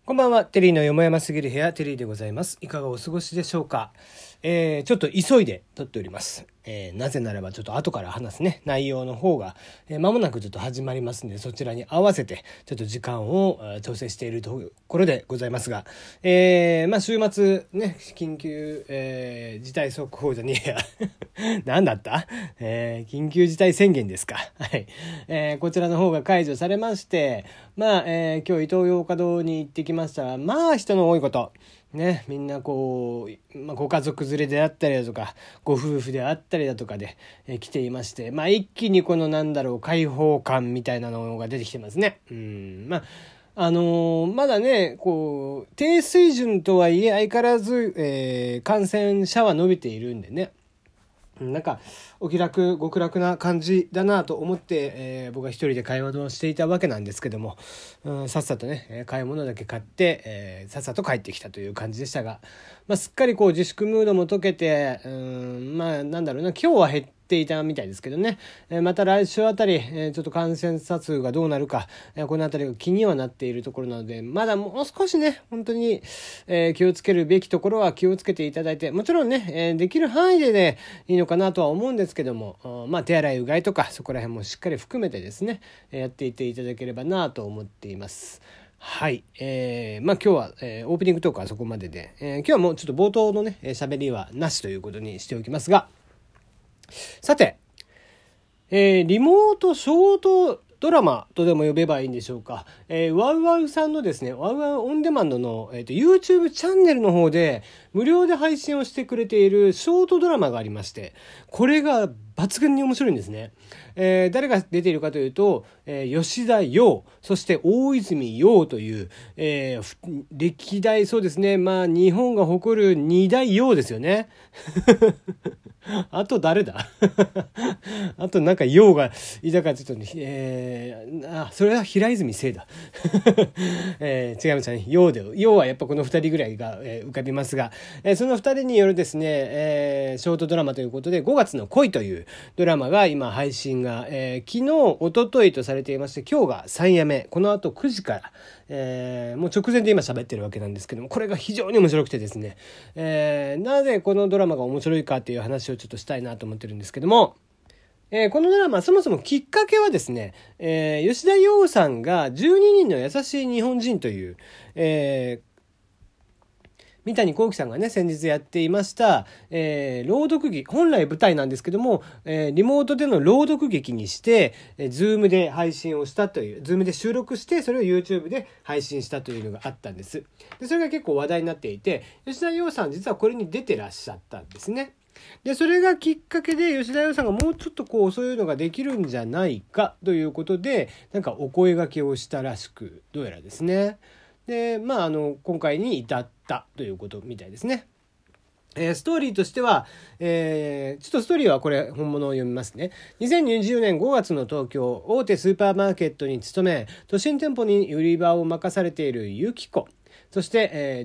こんばんは。テリーのよもやますぎる部屋、テリーでございます。いかがお過ごしでしょうか。ちょっと急いで撮っております。なぜならばちょっと後から話すね、内容の方が、間もなくちょっと始まりますので、そちらに合わせてちょっと時間を調整しているところでございますが、週末ね、緊急、事態速報じゃねえや。何だった、緊急事態宣言ですか。はい。こちらの方が解除されまして、今日イトーヨーカドーに行ってきましたら、人の多いこと。ね、みんなこう、ご家族連れであったりだとか、ご夫婦であったりだとかで、来ていまして、一気にこの開放感みたいなのが出てきてますね。まだね、こう、低水準とはいえ相変わらず、感染者は伸びているんでね。極楽な感じだなと思って、僕は一人で買い物をしていたわけなんですけども、さっさとね、買い物だけ買って、さっさと帰ってきたという感じでしたが、すっかりこう自粛ムードも解けて、今日は減っていたみたいですけどね、また来週あたり、ちょっと感染者数がどうなるか、このあたりが気にはなっているところなので、まだもう少しね、本当に、気をつけるべきところは気をつけていただいて、もちろんね、できる範囲でね、いいのかなとは思うんですけども、手洗いうがいとかそこら辺もしっかり含めてですね、やっていっていただければなと思っています。はい。今日は、オープニングトークはそこまでで、今日はもうちょっと冒頭のね、喋りはなしということにしておきますが、さて、リモートショートドラマとでも呼べばいいんでしょうか。ワウワウさんのですね、ワウワウオンデマンドの、YouTube チャンネルの方で無料で配信をしてくれているショートドラマがありまして、これが抜群に面白いんですね。誰が出ているかというと、吉田羊、そして大泉洋という、歴代そうですね、日本が誇る二大洋ですよね。あと誰だあと洋がいたかちょっとね、それは平泉聖だ。違いましたね。洋はやっぱこの二人ぐらいが、浮かびますが、その二人によるですね、ショートドラマということで5月の恋というドラマが今配信が、昨日、一昨日とされていまして、今日が3夜目、この後9時から、もう直前で今喋ってるわけなんですけども、これが非常に面白くてですね、なぜこのドラマが面白いかっていう話をちょっとしたいなと思ってるんですけども、このドラマそもそもきっかけはですね、吉田羊さんが12人の優しい日本人という、三谷幸喜さんがね先日やっていました、朗読劇、本来舞台なんですけども、リモートでの朗読劇にして、Zoom で配信をしたという、Zoom で収録してそれを YouTube で配信したというのがあったんです。でそれが結構話題になっていて、吉田羊さん実はこれに出てらっしゃったんですね。でそれがきっかけで吉田羊さんがもうちょっとこうそういうのができるんじゃないかということでお声掛けをしたらしく、どうやらですね。で今回に至ったということみたいですね。ストーリーとしては、ちょっとストーリーはこれ本物を読みますね。2020年5月の東京、大手スーパーマーケットに勤め、都心店舗に売り場を任されているゆきこ。そして、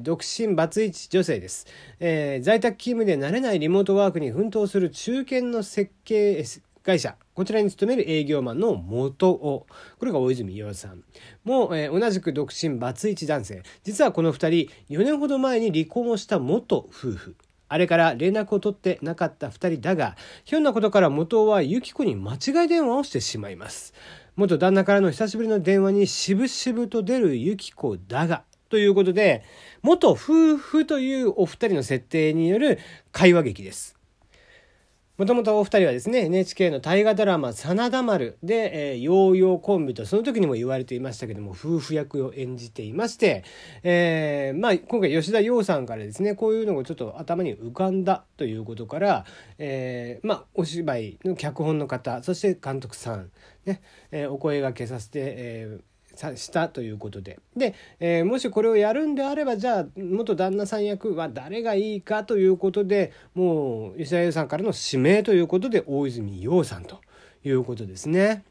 独身バツイチ女性です。在宅勤務で慣れないリモートワークに奮闘する中堅の設計会社、こちらに勤める営業マンの元尾、これが大泉洋さんも、同じく独身バツイチ男性。実はこの2人4年ほど前に離婚をした元夫婦。あれから連絡を取ってなかった2人だが、ひょんなことから元尾はゆき子に間違い電話をしてしまいます。元旦那からの久しぶりの電話に渋々と出るゆき子だが、ということで、元夫婦というお二人の設定による会話劇です。もともとお二人はですね、 NHK の大河ドラマ真田丸で、ヨーヨーコンビとその時にも言われていましたけども、夫婦役を演じていまして、今回吉田羊さんからですね、こういうのがちょっと頭に浮かんだということから、お芝居の脚本の方、そして監督さん、ね、お声掛けさせて、したということで、もしこれをやるんであれば、じゃあ元旦那さん役は誰がいいかということで、もう吉田羊さんからの指名ということで大泉洋さんということですね。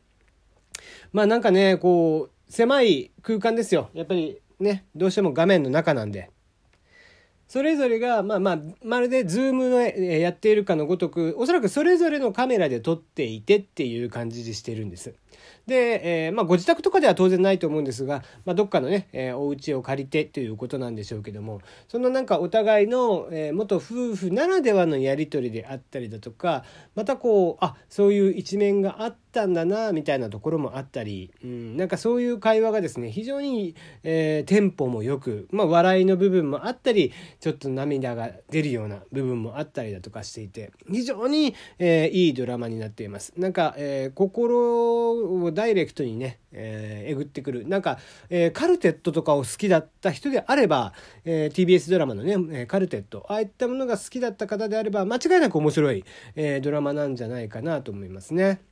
こう狭い空間ですよ、やっぱりね、どうしても画面の中なんで、それぞれがまるでズームのやっているかのごとく、おそらくそれぞれのカメラで撮っていてっていう感じにしてるんです。 で、ご自宅とかでは当然ないと思うんですが、どっかのね、お家を借りてということなんでしょうけども、そのなんかお互いの、元夫婦ならではのやり取りであったりだとか、またこうそういう一面があったんだなみたいなところもあったり、なんかそういう会話がですね非常に、テンポもよく、笑いの部分もあったり、ちょっと涙が出るような部分もあったりだとかしていて、非常に、いいドラマになっています。なんか、心をダイレクトにね、えぐってくる。なんか、カルテットとかを好きだった人であれば、TBS ドラマのね、カルテット、ああいったものが好きだった方であれば間違いなく面白い、ドラマなんじゃないかなと思いますね。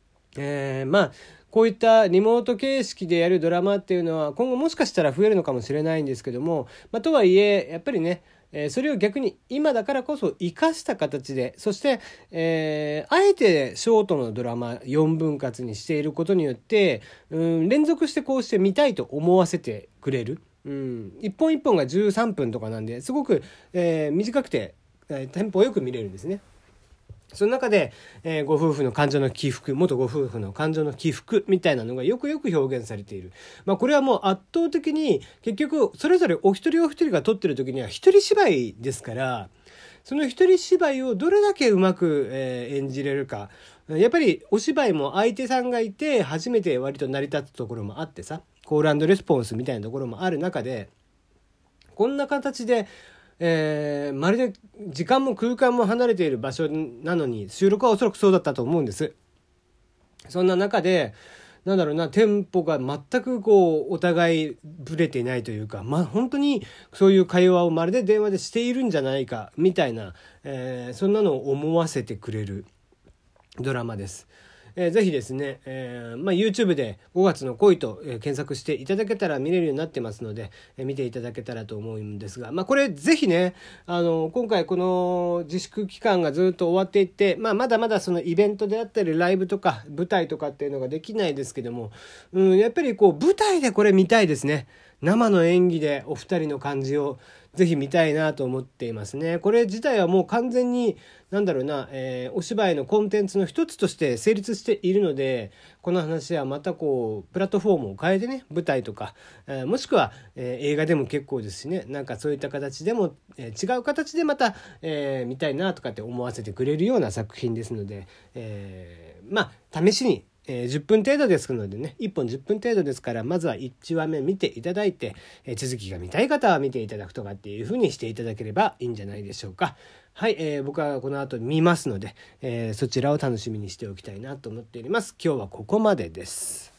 こういったリモート形式でやるドラマっていうのは今後もしかしたら増えるのかもしれないんですけども、とはいえやっぱりね、それを逆に今だからこそ生かした形で、そして、あえてショートのドラマ4分割にしていることによって、連続してこうして見たいと思わせてくれる。一本一本が13分とかなんですごく、短くて、テンポよく見れるんですね。その中で、ご夫婦の感情の起伏、元ご夫婦の感情の起伏みたいなのがよくよく表現されている。これはもう圧倒的に結局それぞれお一人お一人が撮ってる時には一人芝居ですから、その一人芝居をどれだけうまく、演じれるか。やっぱりお芝居も相手さんがいて初めて割と成り立つところもあってさ、コール&レスポンスみたいなところもある中で、こんな形でまるで時間も空間も離れている場所なのに、収録はおそらくそうだったと思うんです。そんな中でテンポが全くこうお互いブレていないというか、本当にそういう会話をまるで電話でしているんじゃないかみたいな、そんなのを思わせてくれるドラマです。ぜひですね、YouTube で5月の恋と、検索していただけたら見れるようになってますので、見ていただけたらと思うんですが、これぜひね、今回この自粛期間がずっと終わっていって、まだまだそのイベントであったりライブとか舞台とかっていうのができないですけども、やっぱりこう舞台でこれ見たいですね。生の演技でお二人の感じをぜひ見たいなと思っていますね。これ自体はもう完全にお芝居のコンテンツの一つとして成立しているので、この話はまたこうプラットフォームを変えてね、舞台とか、もしくは、映画でも結構ですしね、なんかそういった形でも、違う形でまた、見たいなとかって思わせてくれるような作品ですので、試しに10分程度ですのでね、1本10分程度ですから、まずは1話目見ていただいて、続きが見たい方は見ていただくとかっていう風にしていただければいいんじゃないでしょうか。はい、僕はこの後見ますので、そちらを楽しみにしておきたいなと思っております。今日はここまでです。